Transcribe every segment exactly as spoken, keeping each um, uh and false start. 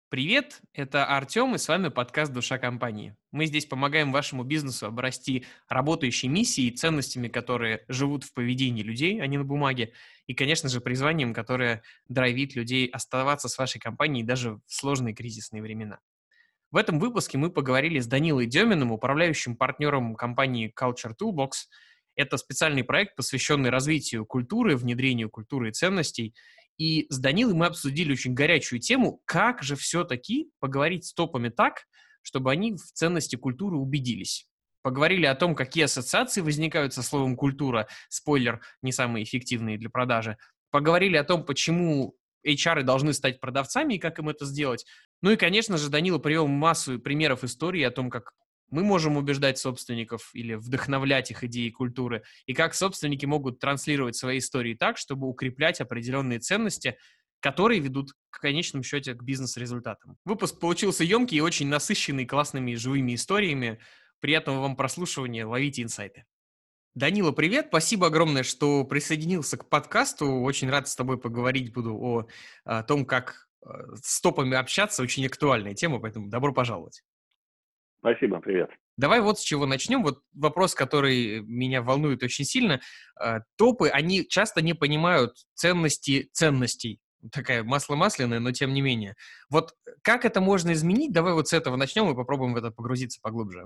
Привет, это Артем, и с вами подкаст «Душа компании». Мы здесь помогаем вашему бизнесу обрасти работающей миссией и ценностями, которые живут в поведении людей, а не на бумаге, и, конечно же, призванием, которое драйвит людей оставаться с вашей компанией даже в сложные кризисные времена. В этом выпуске мы поговорили с Данилой Деминым, управляющим партнером компании Culture Toolbox. Это специальный проект, посвященный развитию культуры, внедрению культуры и ценностей. И с Данилой мы обсудили очень горячую тему, как же все-таки поговорить с топами так, чтобы они в ценности культуры убедились. Поговорили о том, какие ассоциации возникают со словом «культура», спойлер, не самые эффективные для продажи. Поговорили о том, почему эйч ар должны стать продавцами и как им это сделать. Ну и, конечно же, Данила привел массу примеров истории о том, как мы можем убеждать собственников или вдохновлять их идеи культуры, и как собственники могут транслировать свои истории так, чтобы укреплять определенные ценности, которые ведут в конечном счете к бизнес-результатам. Выпуск получился емкий и очень насыщенный классными живыми историями. Приятного вам прослушивания, ловите инсайты. Данила, привет! Спасибо огромное, что присоединился к подкасту. Очень рад с тобой поговорить буду о, о том, как э, с топами общаться. Очень актуальная тема, поэтому добро пожаловать. Спасибо, привет. Давай вот с чего начнем. Вот вопрос, который меня волнует очень сильно. Э, Топы, они часто не понимают ценности ценностей. Такая масло масляное, но тем не менее. Вот как это можно изменить? Давай вот с этого начнем и попробуем в это погрузиться поглубже.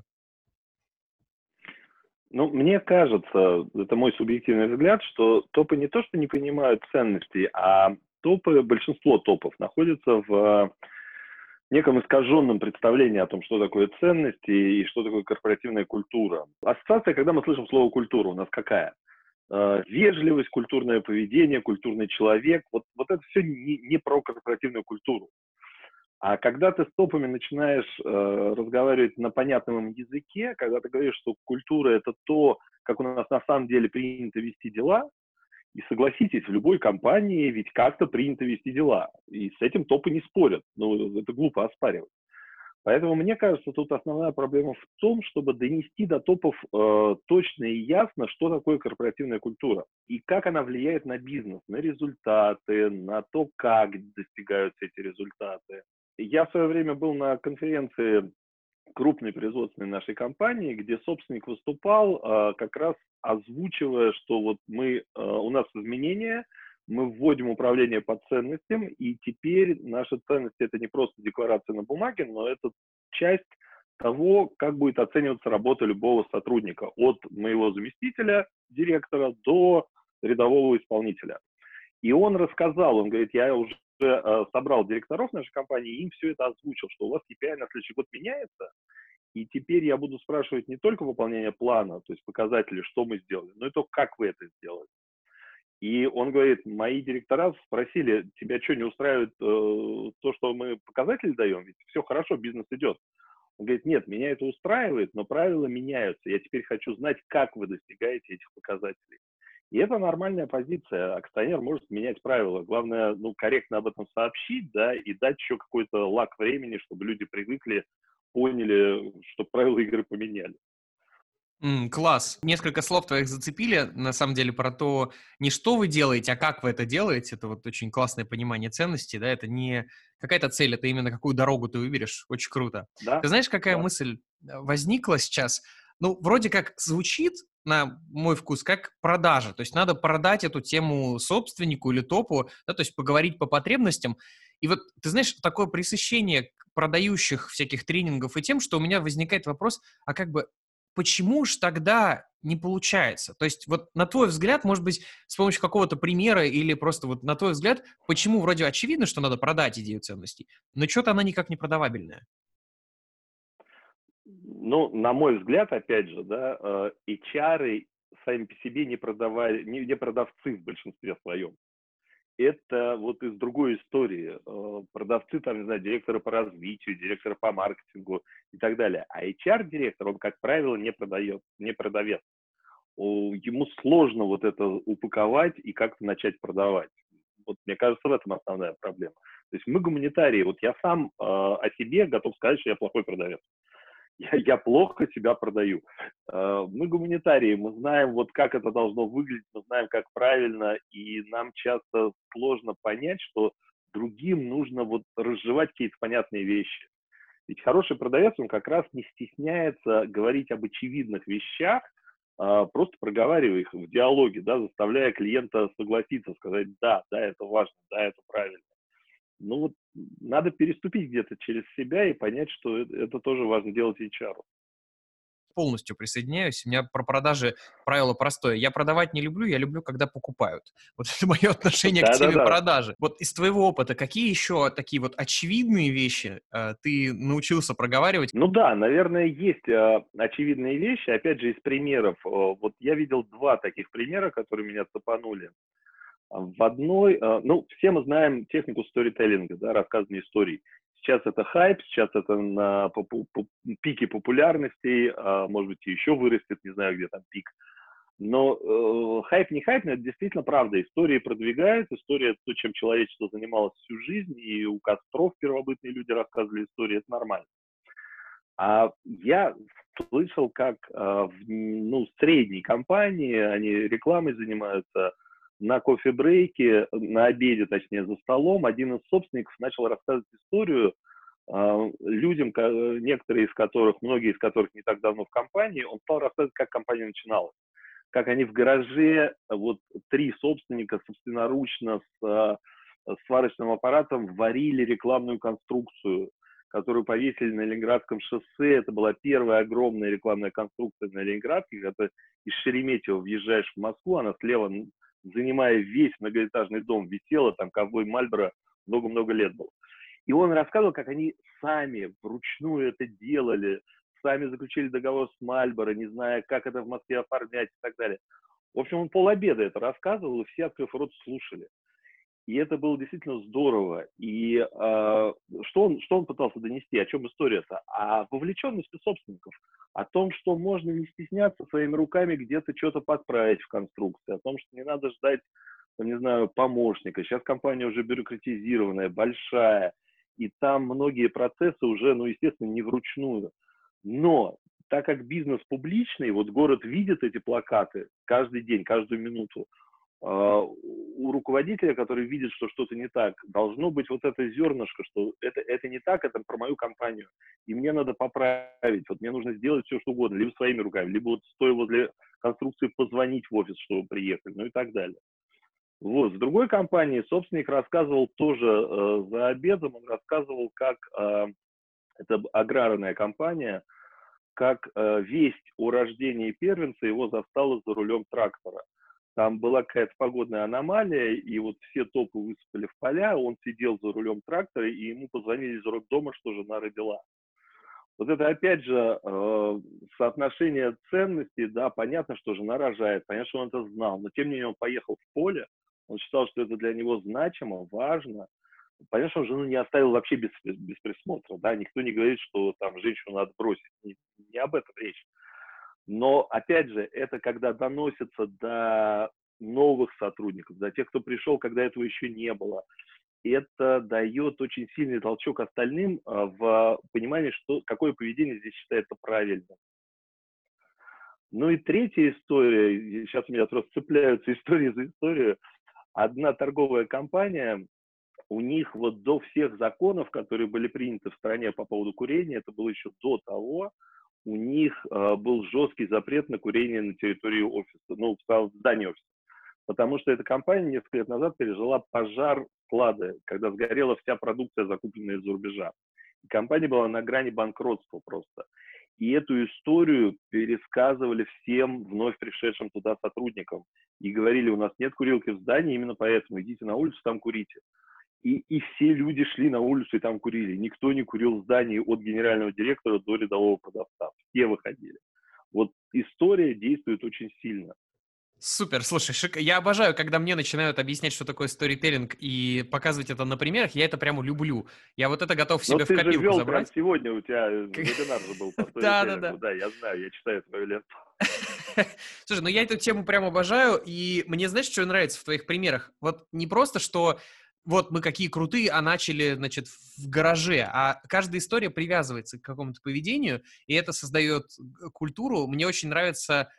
Ну, мне кажется, это мой субъективный взгляд, что топы не то, что не понимают ценностей, а топы, большинство топов находятся в неком искаженном представлении о том, что такое ценности и что такое корпоративная культура. Ассоциация, когда мы слышим слово «культура», у нас какая? Э, Вежливость, культурное поведение, культурный человек. Вот, вот это все не, не про корпоративную культуру. А когда ты с топами начинаешь э, разговаривать на понятном им языке, когда ты говоришь, что культура – это то, как у нас на самом деле принято вести дела, и согласитесь, в любой компании ведь как-то принято вести дела. И с этим топы не спорят. Ну, это глупо оспаривать. Поэтому, мне кажется, тут основная проблема в том, чтобы донести до топов э, точно и ясно, что такое корпоративная культура и как она влияет на бизнес, на результаты, на то, как достигаются эти результаты. Я в свое время был на конференции крупной производственной нашей компании, где собственник выступал, э, как раз озвучивая, что вот мы, э, у нас изменения, мы вводим управление по ценностям, и теперь наши ценности – это не просто декларация на бумаге, но это часть того, как будет оцениваться работа любого сотрудника, от моего заместителя, директора, до рядового исполнителя. И он рассказал, он говорит, я уже э, собрал директоров нашей компании, и им все это озвучил, что у вас кей пи ай на следующий год меняется, и теперь я буду спрашивать не только выполнение плана, то есть показатели, что мы сделали, но и то, как вы это сделали. И он говорит, мои директора спросили, тебя что, не устраивает э, то, что мы показатели даем? Ведь все хорошо, бизнес идет. Он говорит, нет, меня это устраивает, но правила меняются. Я теперь хочу знать, как вы достигаете этих показателей. И это нормальная позиция. Акционер может менять правила. Главное, ну, корректно об этом сообщить, да, и дать еще какой-то лаг времени, чтобы люди привыкли, поняли, что правила игры поменяли. М, класс. Несколько слов твоих зацепили, на самом деле, про то, не что вы делаете, а как вы это делаете. Это вот очень классное понимание ценностей, да, это не какая-то цель, это именно какую дорогу ты выберешь. Очень круто. Да, Ты знаешь, какая да. мысль э, возникла сейчас? Ну, вроде как звучит, на мой вкус, как продажа. То есть надо продать эту тему собственнику или топу, да, то есть поговорить по потребностям. И вот, ты знаешь, такое пресыщение продающих всяких тренингов и тем, что у меня возникает вопрос, а как бы почему ж тогда не получается? То есть вот на твой взгляд, может быть, с помощью какого-то примера или просто вот на твой взгляд, почему вроде очевидно, что надо продать идею ценностей, но что-то она никак не продавабельная? Ну, на мой взгляд, опять же, да, э, эйч ар сами по себе не, продавали, не, не продавцы в большинстве своем. Это вот из другой истории. Э, Продавцы, там, не знаю, директоры по развитию, директоры по маркетингу и так далее. А эйч ар-директор, он, как правило, не продает, не продавец. О, Ему сложно вот это упаковать и как-то начать продавать. Вот мне кажется, в этом основная проблема. То есть мы гуманитарии. Вот я сам э, о себе готов сказать, что я плохой продавец. Я, я плохо себя продаю. Э, Мы гуманитарии, мы знаем, вот как это должно выглядеть, мы знаем, как правильно, и нам часто сложно понять, что другим нужно вот разжевать какие-то понятные вещи. Ведь хороший продавец, он как раз не стесняется говорить об очевидных вещах, а, просто проговаривая их в диалоге, да, заставляя клиента согласиться, сказать, да, да, это важно, да, это правильно. Ну вот надо переступить где-то через себя и понять, что это, это тоже важно делать эйч ар. Полностью присоединяюсь. У меня про продажи правило простое. Я продавать не люблю, я люблю, когда покупают. Вот это мое отношение к теме Да-да-да. продажи. Вот из твоего опыта, какие еще такие вот очевидные вещи э, ты научился проговаривать? Ну да, наверное, есть э, очевидные вещи. Опять же, из примеров. Э, вот я видел два таких примера, которые меня цепанули. В одной, э, ну, все мы знаем технику сторителлинга, да, рассказывания историй. Сейчас это хайп, сейчас это на попу- пу- пике популярности, а, может быть, и еще вырастет, не знаю, где там пик. Но э, хайп не хайп, но это действительно правда. Истории продвигают, история — это то, чем человечество занималось всю жизнь, и у костров первобытные люди рассказывали истории, это нормально. А я слышал, как э, в ну, средней компании, они рекламой занимаются, на кофе-брейке, на обеде, точнее, за столом, один из собственников начал рассказывать историю э, людям, некоторые из которых, многие из которых не так давно в компании, он стал рассказывать, как компания начиналась. Как они в гараже, вот три собственника собственноручно с, с сварочным аппаратом варили рекламную конструкцию, которую повесили на Ленинградском шоссе. Это была первая огромная рекламная конструкция на Ленинградке, когда из Шереметьево въезжаешь в Москву, она слева, занимая весь многоэтажный дом, висела, там ковбой Мальборо много-много лет был. И он рассказывал, как они сами вручную это делали, сами заключили договор с Мальборо, не зная, как это в Москве оформлять и так далее. В общем, он полобеда это рассказывал, и все, открыв рот, слушали. И это было действительно здорово. И э, что, он, что он пытался донести, о чем история-то? О вовлеченности собственников, о том, что можно не стесняться своими руками где-то что-то подправить в конструкции, о том, что не надо ждать, там, не знаю, помощника. Сейчас компания уже бюрократизированная, большая, и там многие процессы уже, ну, естественно, не вручную. Но так как бизнес публичный, вот город видит эти плакаты каждый день, каждую минуту, у руководителя, который видит, что что-то не так, должно быть вот это зернышко, что это, это не так, это про мою компанию, и мне надо поправить, вот мне нужно сделать все, что угодно, либо своими руками, либо вот стоя возле конструкции позвонить в офис, чтобы приехали, ну и так далее. Вот. В другой компании собственник рассказывал тоже э, за обедом, он рассказывал, как э, это аграрная компания, как э, весть о рождении первенца его застала за рулем трактора. Там была какая-то погодная аномалия, и вот все топы высыпали в поля, он сидел за рулем трактора, и ему позвонили из роддома, что жена родила. Вот это, опять же, э, соотношение ценностей, да, понятно, что жена рожает, понятно, что он это знал, но тем не менее он поехал в поле, он считал, что это для него значимо, важно. Понятно, что он жену не оставил вообще без, без присмотра, да, никто не говорит, что там женщину надо бросить, не, не об этом речь. Но, опять же, это когда доносится до новых сотрудников, до тех, кто пришел, когда этого еще не было. Это дает очень сильный толчок остальным в понимании, что, какое поведение здесь считается правильным. Ну и третья история, сейчас у меня просто цепляются истории за историю. Одна торговая компания, у них вот до всех законов, которые были приняты в стране по поводу курения, это было еще до того, у них э, был жесткий запрет на курение на территории офиса, ну, в здании офиса. Потому что эта компания несколько лет назад пережила пожар склада, когда сгорела вся продукция, закупленная из-за рубежа. И компания была на грани банкротства просто. И эту историю пересказывали всем вновь пришедшим туда сотрудникам. И говорили, у нас нет курилки в здании, именно поэтому идите на улицу, там курите. И, и все люди шли на улицу и там курили. Никто не курил в здании от генерального директора до рядового продавца. Все выходили. Вот история действует очень сильно. Супер, слушай, шик... я обожаю, когда мне начинают объяснять, что такое сторителлинг, и показывать это на примерах, я это прямо люблю. Я вот это готов себе Но в ты же копилку вел забрать. прям сегодня, у тебя вебинар же был по сторителлингу. Да, я знаю, я читаю твою ленту. Слушай, ну я эту тему прям обожаю, и мне, знаешь, что нравится в твоих примерах? Вот не просто, что вот мы какие крутые, а начали, значит, в гараже, а каждая история привязывается к какому-то поведению, и это создает культуру. Мне очень нравится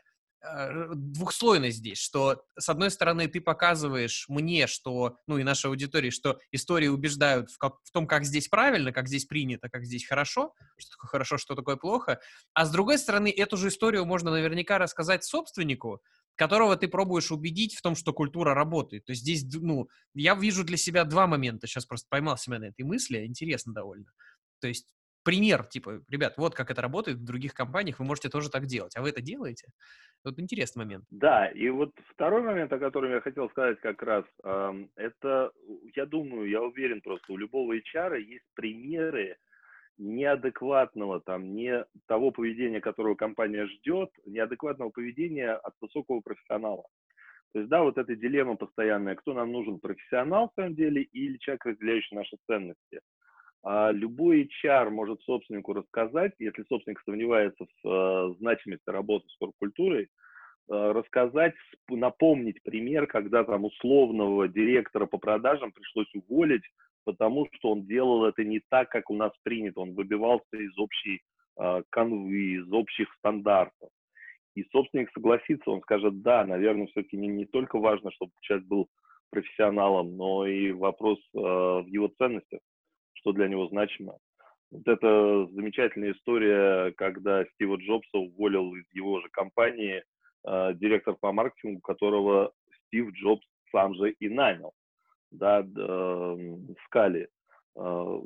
э, двухслойность здесь, что, с одной стороны, ты показываешь мне, что, ну, и нашей аудитории, что истории убеждают в, как, в том, как здесь правильно, как здесь принято, как здесь хорошо, что такое хорошо, что такое плохо, а с другой стороны, эту же историю можно наверняка рассказать собственнику, которого ты пробуешь убедить в том, что культура работает. То есть здесь, ну, я вижу для себя два момента, сейчас просто поймал себя на этой мысли, интересно довольно. То есть пример, типа, ребят, вот как это работает в других компаниях, вы можете тоже так делать, а вы это делаете? Вот интересный момент. Да, и вот второй момент, о котором я хотел сказать как раз, эм, это, я думаю, я уверен просто, у любого эйч ар есть примеры неадекватного, там, не того поведения, которого компания ждет, неадекватного поведения от высокого профессионала. То есть, да, вот эта дилемма постоянная, кто нам нужен, профессионал в самом деле или человек, разделяющий наши ценности. А любой эйч ар может собственнику рассказать, если собственник сомневается в э, значимости работы с корпкультурой, э, рассказать, напомнить пример, когда там условного директора по продажам пришлось уволить, потому что он делал это не так, как у нас принято, он выбивался из общей э, канвы, из общих стандартов. И собственник согласится, он скажет, да, наверное, все-таки не, не только важно, чтобы человек был профессионалом, но и вопрос э, в его ценностях, что для него значимо. Вот это замечательная история, когда Стива Джобса уволил из его же компании э, директор по маркетингу, которого Стив Джобс сам же и нанял, да, э, в Скале. Э,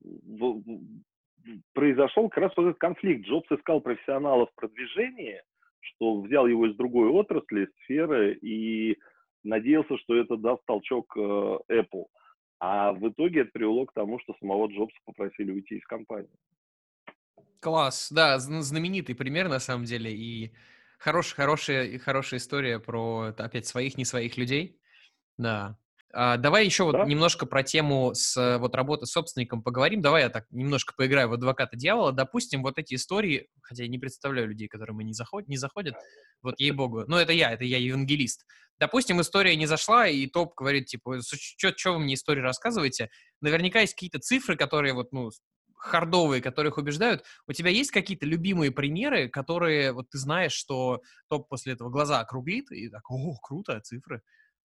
произошел как раз вот этот конфликт. Джобс искал профессионалов в продвижении, что взял его из другой отрасли, сферы, и надеялся, что это даст толчок э, Apple. А в итоге это привело к тому, что самого Джобса попросили уйти из компании. Класс, да, знаменитый пример на самом деле, и хорош, хорошая, хорошая история про, опять, своих, не своих людей, да. А, давай еще вот Да? немножко про тему с э, вот работы с собственником поговорим. Давай я так немножко поиграю в адвоката дьявола. Допустим, вот эти истории, хотя я не представляю людей, которые мы не, заход, не заходят, вот ей-богу, ну это я, это я евангелист. Допустим, история не зашла, и топ говорит, типа, что вы мне истории рассказываете? Наверняка есть какие-то цифры, которые вот, ну, хардовые, которых убеждают. У тебя есть какие-то любимые примеры, которые вот ты знаешь, что топ после этого глаза округлит, и так, о, круто, цифры.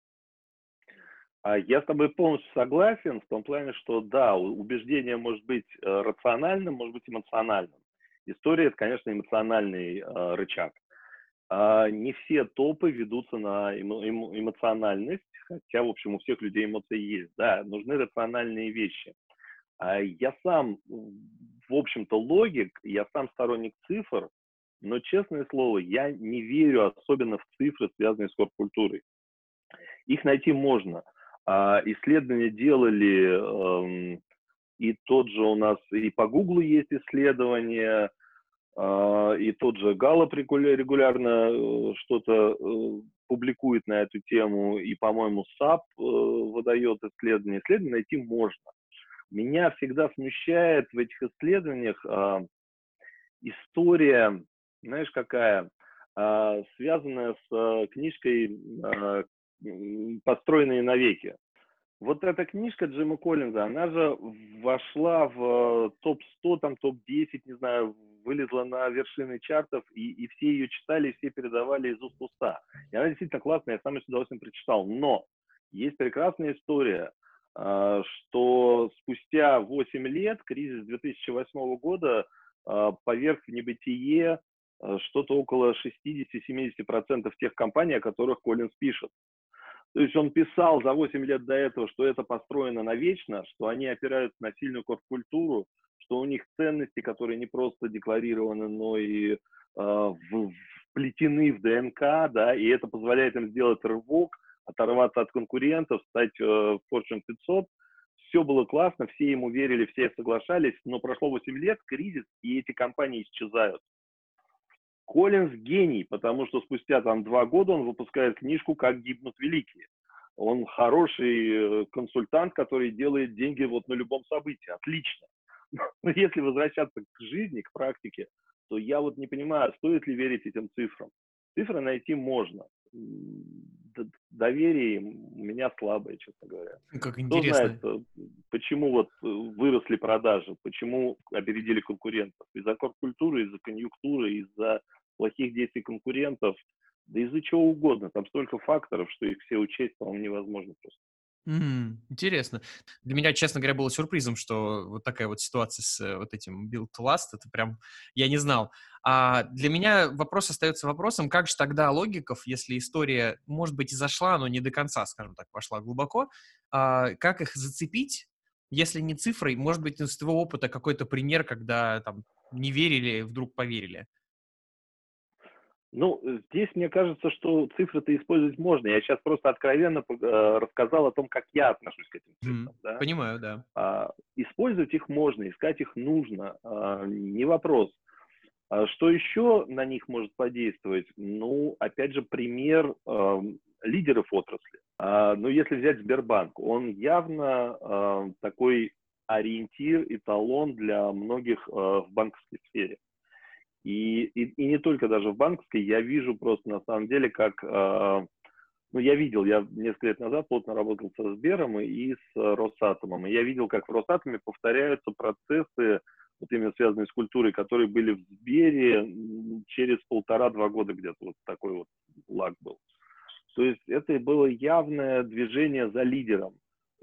Я с тобой полностью согласен в том плане, что да, убеждение может быть э, рациональным, может быть эмоциональным. История – это, конечно, эмоциональный э, рычаг. А не все топы ведутся на эмо- эмо- эмоциональность, хотя, в общем, у всех людей эмоции есть. Да, нужны рациональные вещи. А я сам, в общем-то, логик, я сам сторонник цифр, но, честное слово, я не верю особенно в цифры, связанные с корпкультурой. Их найти можно. А, исследования делали, эм, и тот же у нас, и по Гуглу есть исследования, э, и тот же Галлоп регулярно э, что-то э, публикует на эту тему, и, по-моему, САП э, выдает исследования. Исследования найти можно. Меня всегда смущает в этих исследованиях э, история, знаешь, какая, э, связанная с э, книжкой э, «Построенные навеки». Вот эта книжка Джима Коллинза, она же вошла в топ сто, там топ десять, не знаю, вылезла на вершины чартов, и, и все ее читали, все передавали из уст в уста. И она действительно классная, я сам ее с удовольствием прочитал. Но есть прекрасная история, что спустя восемь лет, кризис две тысячи восьмого года, поверг в небытие что-то около шестьдесят-семьдесят процентов тех компаний, о которых Коллинз пишет. То есть он писал за восемь лет до этого, что это построено навечно, что они опираются на сильную корпкультуру, что у них ценности, которые не просто декларированы, но и э, вплетены в ДНК, да, и это позволяет им сделать рывок, оторваться от конкурентов, стать э, в Fortune пятьсот. Все было классно, все ему верили, все соглашались, но прошло восемь лет, кризис, и эти компании исчезают. Коллинз гений, потому что спустя там два года он выпускает книжку «Как гибнут великие». Он хороший консультант, который делает деньги вот на любом событии. Отлично. Но если возвращаться к жизни, к практике, то я вот не понимаю, стоит ли верить этим цифрам. Цифры найти можно. Доверие у меня слабое, честно говоря. Как Кто знает, интересно. почему вот выросли продажи, почему опередили конкурентов. Из-за корпкультуры, из-за конъюнктуры, из-за плохих действий конкурентов. Да из-за чего угодно. Там столько факторов, что их все учесть, по-моему, невозможно просто. М, интересно. Для меня, честно говоря, было сюрпризом, что вот такая вот ситуация с э, вот этим Build to Last, это прям я не знал. А для меня вопрос остается вопросом, как же тогда логиков, если история, может быть, и зашла, но не до конца, скажем так, пошла глубоко, а, как их зацепить, если не цифрой, может быть, из твоего опыта какой-то пример, когда там не верили, вдруг поверили? Ну, э, здесь мне кажется, что цифры-то использовать можно. Я сейчас просто откровенно пог- э, рассказал о том, как я отношусь к этим Мгм. цифрам, да. Понимаю, да. А, использовать их можно, искать их нужно, а, не вопрос. А что еще на них может подействовать? Ну, опять же, пример ам, лидеров отрасли. А, ну, если взять Сбербанк, он явно а, такой ориентир, эталон для многих а, в банковской сфере. И, и, и не только даже в банковской, я вижу просто на самом деле, как, а, ну, я видел, я несколько лет назад плотно работал со Сбером и с Росатомом, и я видел, как в Росатоме повторяются процессы, вот именно связанные с культурой, которые были в Сбере м, через полтора-два года где-то, вот такой вот лаг был. То есть это было явное движение за лидером.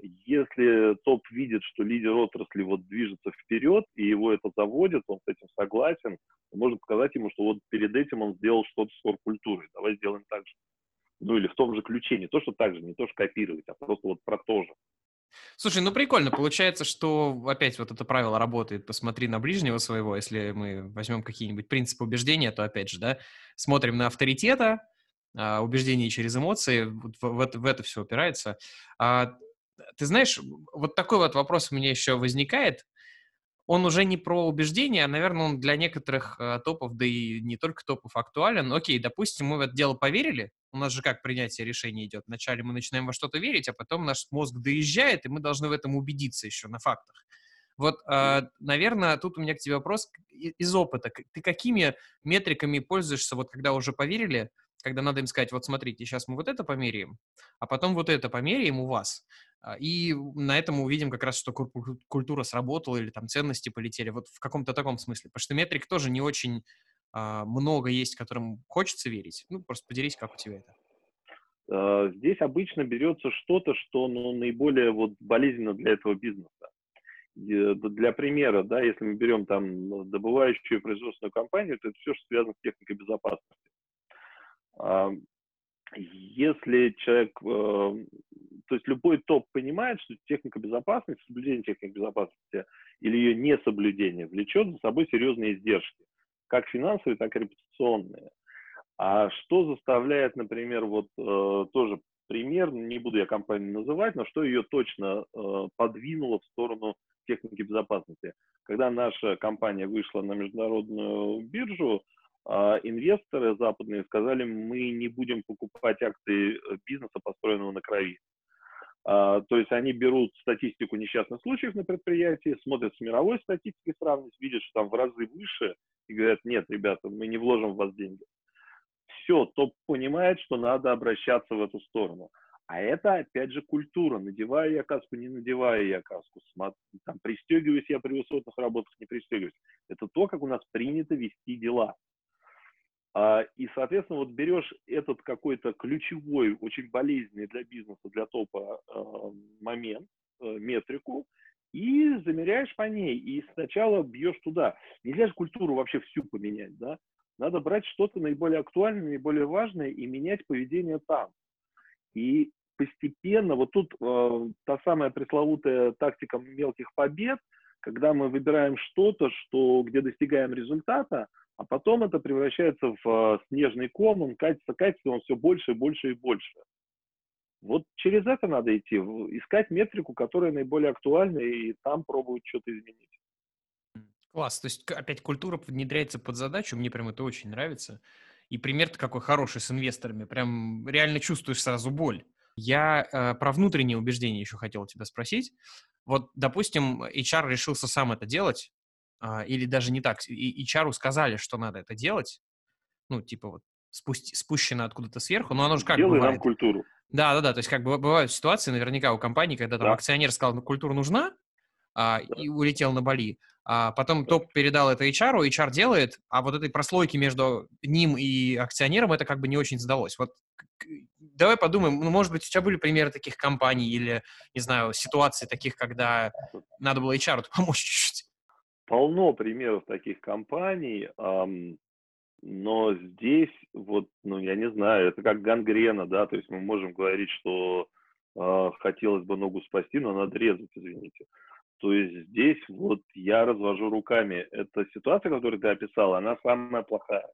Если топ видит, что лидер отрасли вот движется вперед, и его это заводит, он с этим согласен, то можно сказать ему, что вот перед этим он сделал что-то с оргкультурой, давай сделаем так же. Ну или в том же ключе, не то, что так же, не то, что копировать, а просто вот про то же. Слушай, ну прикольно. Получается, что опять вот это правило работает. Посмотри на ближнего своего. Если мы возьмем какие-нибудь принципы убеждения, то опять же, да, смотрим на авторитета, а, убеждение через эмоции, вот в, в это, в это все упирается. А, ты знаешь, вот такой вот вопрос у меня еще возникает. Он уже не про убеждения, а, наверное, он для некоторых э, топов, да и не только топов актуален. Окей, допустим, мы в это дело поверили. У нас же как принятие решения идет. Вначале мы начинаем во что-то верить, а потом наш мозг доезжает, и мы должны в этом убедиться еще на фактах. Вот, э, наверное, тут у меня к тебе вопрос и- из опыта. К- Ты какими метриками пользуешься, вот когда уже поверили, когда надо им сказать, вот смотрите, сейчас мы вот это померяем, а потом вот это померяем у вас. А, И на этом мы увидим как раз, что курпу- культура сработала или там ценности полетели. Вот в каком-то таком смысле. Потому что метрик тоже не очень а, много есть, которым хочется верить. Ну, просто поделись, как у тебя это. Э, Здесь обычно берется что-то, что ну, наиболее вот болезненно для этого бизнеса. Э, Для примера, да, если мы берем там ну, добывающую производственную компанию, то это все, что связано с техникой безопасности. А, Если человек, э, то есть любой топ понимает, что техника безопасности, соблюдение техники безопасности или ее несоблюдение влечет за собой серьезные издержки, как финансовые, так и репутационные. А что заставляет, например, вот э, тоже пример, не буду я компанию называть, но что ее точно э, подвинуло в сторону техники безопасности. Когда наша компания вышла на международную биржу, э, инвесторы западные сказали, мы не будем покупать акции бизнеса, построенного на крови. Uh, то есть они берут статистику несчастных случаев на предприятии, смотрят с мировой статистикой, сравнивают, видят, что там в разы выше, и говорят, нет, ребята, мы не вложим в вас деньги. Все, топ понимает, что надо обращаться в эту сторону. А это, опять же, культура. Надеваю я каску, не надеваю я каску. Там, пристегиваюсь я при высотных работах, не пристегиваюсь. Это то, как у нас принято вести дела. А, и, соответственно, вот берешь этот какой-то ключевой, очень болезненный для бизнеса, для топа э, момент, э, метрику, и замеряешь по ней. И сначала бьешь туда. Нельзя же культуру вообще всю поменять, да? Надо брать что-то наиболее актуальное, наиболее важное и менять поведение там. И постепенно, вот тут э, та самая пресловутая тактика мелких побед, когда мы выбираем что-то, что, где достигаем результата, а потом это превращается в э, снежный ком, он катится, катится, он все больше и больше и больше. Вот через это надо идти, искать метрику, которая наиболее актуальна, и там пробовать что-то изменить. Класс. То есть к- опять культура внедряется под задачу. Мне прям это очень нравится. И пример-то какой хороший с инвесторами. Прям реально чувствуешь сразу боль. Я э, про внутренние убеждения еще хотел тебя спросить. Вот, допустим, эйч ар решился сам это делать, а, или даже не так, и эйч ар сказали, что надо это делать, ну, типа вот спусти- спущено откуда-то сверху, но оно же как Сделай нам бывает. культуру. Да-да-да, то есть как бы бывают ситуации наверняка у компаний, когда там Да. акционер сказал, ну, культура нужна, а, Да. и улетел на Бали. А потом топ передал это эйч ар, эйч ар делает, а вот этой прослойки между ним и акционером это как бы не очень сдалось. Вот давай подумаем, ну, может быть, у тебя были примеры таких компаний или, не знаю, ситуаций таких, когда надо было эйч ар помочь чуть-чуть? Полно примеров таких компаний, ам, но здесь вот, ну, я не знаю, это как гангрена, да, то есть мы можем говорить, что э, хотелось бы ногу спасти, но надо резать, извините. То есть здесь вот я развожу руками. Эта ситуация, которую ты описал, она самая плохая.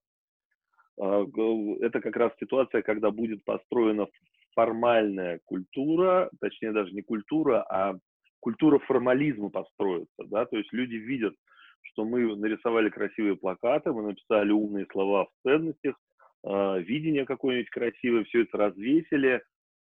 А, г- Это как раз ситуация, когда будет построена формальная культура, точнее даже не культура, а культура формализма построится, да, то есть люди видят, что мы нарисовали красивые плакаты, мы написали умные слова в ценностях, э, видение какое-нибудь красивое, все это развесили,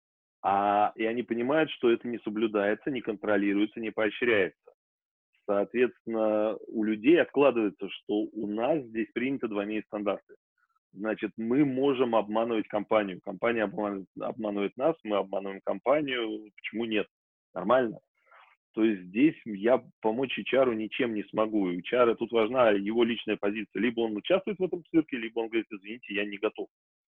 а, и они понимают, что это не соблюдается, не контролируется, не поощряется. Соответственно, у людей откладывается, что у нас здесь принято двойные стандарты. Значит, мы можем обманывать компанию. Компания обманывает, обманывает нас, мы обманываем компанию. Почему нет? Нормально. То есть здесь я помочь эйч ар ничем не смогу. эйч ар тут важна его личная позиция. Либо он участвует в этом цирке, либо он говорит, извините, я не готов.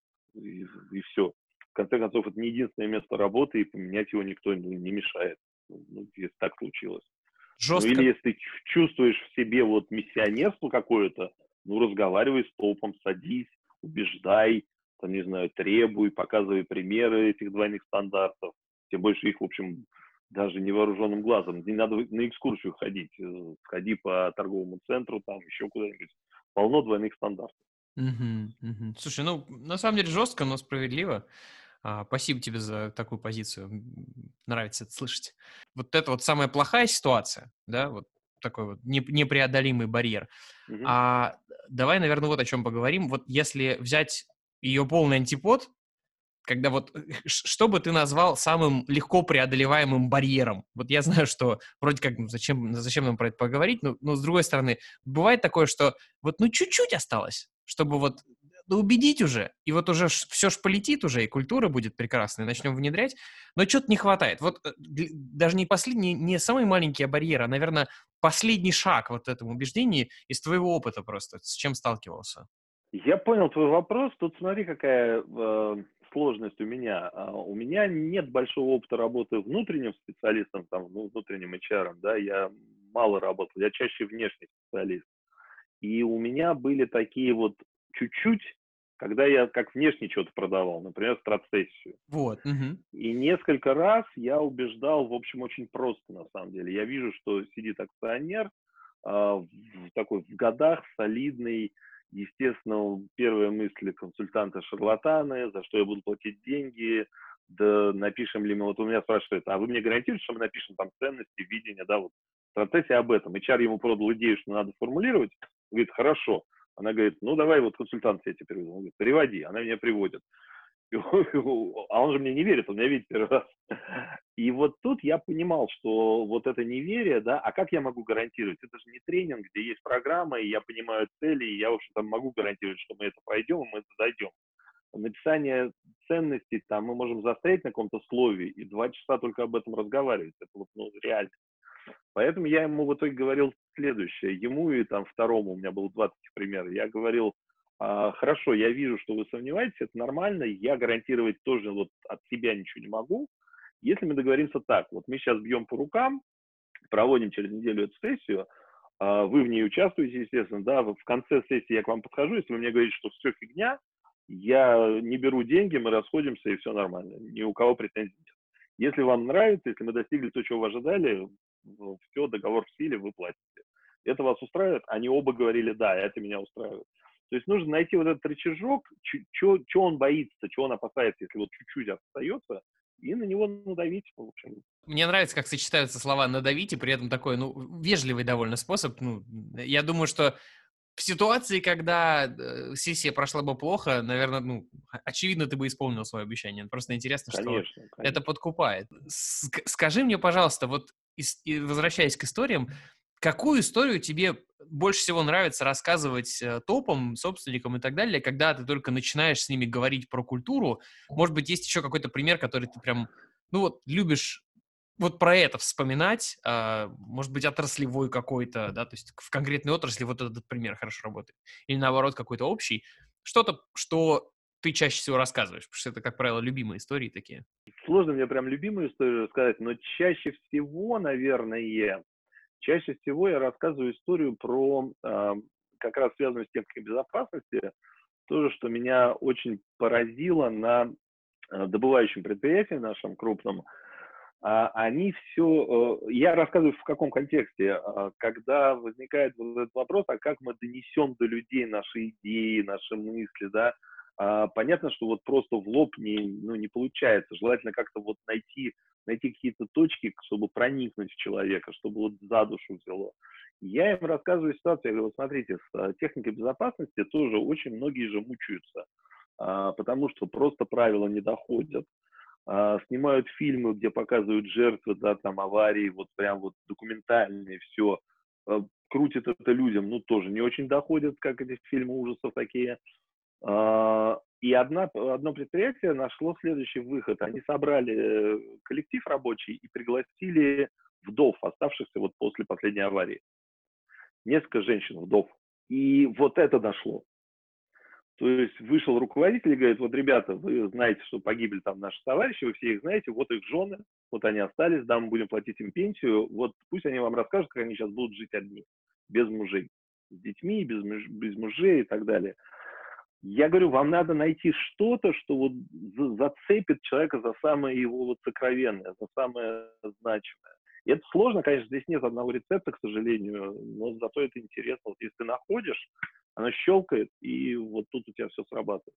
И, и все. В конце концов, это не единственное место работы, и поменять его никто не, не мешает. Ну, если так случилось. Ну или Жестко. если ты чувствуешь в себе вот миссионерство какое-то, ну разговаривай с топом, садись, убеждай, там, не знаю, требуй, показывай примеры этих двойных стандартов. Тем больше их, в общем, даже невооруженным глазом. Не надо на экскурсию ходить. э, Сходи по торговому центру, там еще куда-нибудь. Полно двойных стандартов. Мгм, мгм. Слушай, ну, на самом деле жестко, но справедливо. А, спасибо тебе за такую позицию. М, Нравится это слышать. Вот это вот самая плохая ситуация, да, вот такой вот не- непреодолимый барьер. Мгм. А давай, наверное, вот о чем поговорим. Вот если взять ее полный антипод, когда вот э, ш- что бы ты назвал самым легко преодолеваемым барьером? Вот я знаю, что вроде как, ну, зачем, зачем нам про это поговорить, но, но с другой стороны, бывает такое, что вот ну чуть-чуть осталось, чтобы вот да убедить уже, и вот уже все ж полетит уже, и культура будет прекрасная, начнем внедрять, но что-то не хватает. Вот э, для- даже не последний, не самый маленький барьер, а, наверное, последний шаг вот этому убеждению из твоего опыта просто, с чем сталкивался. Я понял твой вопрос. Тут смотри, какая э, сложность у меня. А, у меня нет большого опыта работы внутренним специалистом, там, ну, внутренним эйч ар, да, я мало работал, я чаще внешний специалист. И у меня были такие вот чуть-чуть, когда я как внешне что-то продавал, например, стратсессию. Вот. Мгм. И несколько раз я убеждал, в общем, очень просто на самом деле. Я вижу, что сидит акционер, а, в такой в годах, солидный, естественно, первая мысль консультанта шарлатаны, за что я буду платить деньги, да напишем ли мы, вот у меня спрашивают, а вы мне гарантируете, что мы напишем там ценности, видения, да, вот в процессе об этом. эйч ар ему продал идею, что надо формулировать, говорит, хорошо. Она говорит, ну давай вот консультант я тебе переведу. Он говорит, переводи, она меня приводит. А он же мне не верит, он меня видит первый раз. И вот тут я понимал, что вот это неверие, да, а как я могу гарантировать? Это же не тренинг, где есть программа, и я понимаю цели, и я, в общем, там могу гарантировать, что мы это пройдем, и мы это дойдем. Написание ценностей, там мы можем застрять на каком-то слове и два часа только об этом разговаривать. Это вот, ну, реально. Поэтому я ему в итоге говорил следующее. Ему и там второму, у меня было два таких примера. Я говорил, а, хорошо, я вижу, что вы сомневаетесь, это нормально, я гарантировать тоже вот от себя ничего не могу. Если мы договоримся так, вот мы сейчас бьем по рукам, проводим через неделю эту сессию, а, вы в ней участвуете, естественно, да, в конце сессии я к вам подхожу, если вы мне говорите, что все фигня, я не беру деньги, мы расходимся, и все нормально, ни у кого претензий нет. Если вам нравится, если мы достигли то, чего вы ожидали, ну, все, договор в силе, вы платите. Это вас устраивает? Они оба говорили, да, это меня устраивает. То есть нужно найти вот этот рычажок, что он боится, чего он опасается, если вот чуть-чуть остается, и на него надавить, в общем. Мне нравится, как сочетаются слова «надавить» и при этом такой, ну, вежливый довольно способ. Ну, я думаю, что в ситуации, когда э, сессия прошла бы плохо, наверное, ну, о- очевидно, ты бы исполнил свое обещание. Просто интересно, что Конечно, это конечно. подкупает. Ск- скажи мне, пожалуйста, вот ис- и возвращаясь к историям, какую историю тебе больше всего нравится рассказывать э, топам, собственникам и так далее, когда ты только начинаешь с ними говорить про культуру? Может быть, есть еще какой-то пример, который ты прям, ну вот, любишь, вот про это вспоминать, а, может быть, отраслевой какой-то, да, то есть в конкретной отрасли вот этот пример хорошо работает. Или наоборот, какой-то общий. Что-то, что ты чаще всего рассказываешь, потому что это, как правило, любимые истории такие. Сложно мне прям любимую историю рассказать, но чаще всего, наверное, чаще всего я рассказываю историю про, э, как раз связанную с техникой безопасности, тоже, что меня очень поразило на э, добывающем предприятии нашем крупном. А, они все, э, я рассказываю в каком контексте, а, когда возникает вот этот вопрос, а как мы донесем до людей наши идеи, наши мысли, да, а, понятно, что вот просто в лоб не, ну, не получается, желательно как-то вот найти, найти какие-то точки, чтобы проникнуть в человека, чтобы вот за душу взяло. Я им рассказываю ситуацию, я говорю, вот смотрите, с а, техникой безопасности тоже очень многие же мучаются, а, потому что просто правила не доходят. А, снимают фильмы, где показывают жертвы, да, там, аварии, вот прям вот документальные, все. А, крутят это людям, ну, тоже не очень доходят, как эти фильмы ужасов такие. А, и одна, одно предприятие нашло следующий выход. Они собрали э, коллектив рабочий и пригласили вдов, оставшихся вот после последней аварии. Несколько женщин, вдов. И вот это дошло. То есть вышел руководитель и говорит, вот, ребята, вы знаете, что погибли там наши товарищи, вы все их знаете, вот их жены, вот они остались, да, мы будем платить им пенсию, вот пусть они вам расскажут, как они сейчас будут жить одни, без мужей, с детьми, без, муж, без мужей и так далее. Я говорю, вам надо найти что-то, что вот зацепит человека за самое его вот сокровенное, за самое значимое. И это сложно, конечно, здесь нет одного рецепта, к сожалению, но зато это интересно. Вот если ты находишь, оно щелкает, и вот тут у тебя все срабатывает.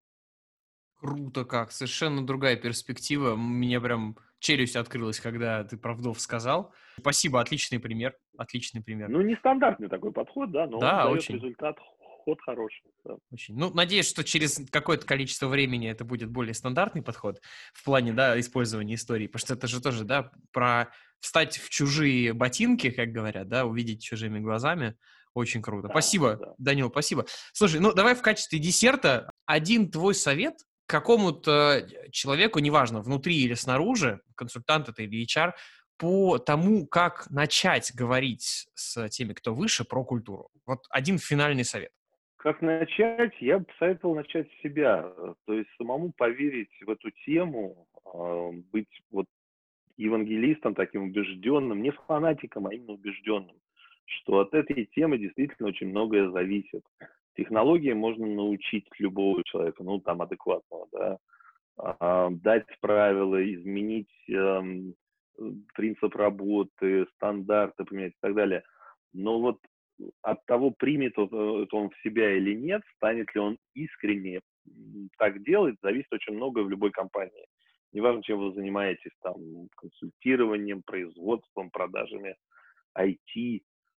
Круто как, совершенно другая перспектива. У меня прям челюсть открылась, когда ты про вдов сказал. Спасибо, отличный пример, отличный пример. Ну, нестандартный такой подход, да, но он Да, дает очень. результат, ход хороший. Да. Очень. Ну, надеюсь, что через какое-то количество времени это будет более стандартный подход в плане, да, использования истории, потому что это же тоже, да, про встать в чужие ботинки, как говорят, да, увидеть чужими глазами. Очень круто. Да, Спасибо, да. Данил, спасибо. Слушай, ну давай в качестве десерта один твой совет какому-то человеку, неважно, внутри или снаружи, консультант это или эйч ар, по тому, как начать говорить с теми, кто выше, про культуру. Вот один финальный совет. Как начать? Я бы посоветовал начать с себя, э, то есть самому поверить в эту тему, э, быть вот евангелистом таким убежденным, не фанатиком, а именно убежденным, что от этой темы действительно очень многое зависит. Технологии можно научить любого человека, ну, там, адекватного, да, а, дать правила, изменить эм, принцип работы, стандарты поменять и так далее. Но вот от того, примет он, э, это он в себя или нет, станет ли он искренне м, так делать, зависит очень многое в любой компании. Неважно, чем вы занимаетесь, там, консультированием, производством, продажами, ай ти,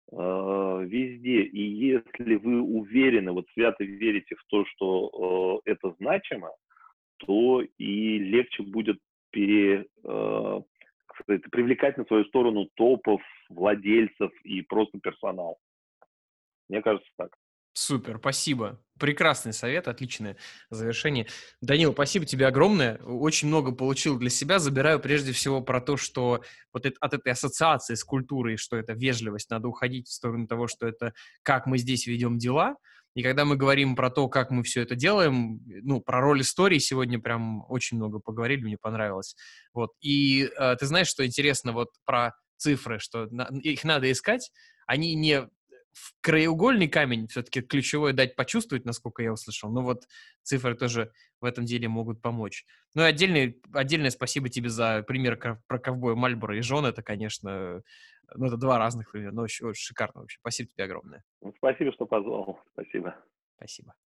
э, везде. И если вы уверены, вот свято верите в то, что э, это значимо, то и легче будет пере, э, как сказать, привлекать на свою сторону топов, владельцев и просто персонал. Мне кажется так. Супер, спасибо. Прекрасный совет, отличное завершение. Данил, спасибо тебе огромное. Очень много получил для себя. Забираю прежде всего про то, что вот это, от этой ассоциации с культурой, что это вежливость, надо уходить в сторону того, что это как мы здесь ведем дела. И когда мы говорим про то, как мы все это делаем, ну, про роль истории сегодня прям очень много поговорили, мне понравилось. Вот. И э, ты знаешь, что интересно вот про цифры, что на, их надо искать, они не в краеугольный камень все-таки ключевое дать почувствовать, насколько я услышал. Но вот цифры тоже в этом деле могут помочь. Ну и отдельное, отдельное спасибо тебе за пример ко- про ковбоя Мальборо и Жон. Это, конечно, ну это два разных примера, но очень, очень шикарно вообще. Спасибо тебе огромное. Спасибо, что позвал. Спасибо. Спасибо.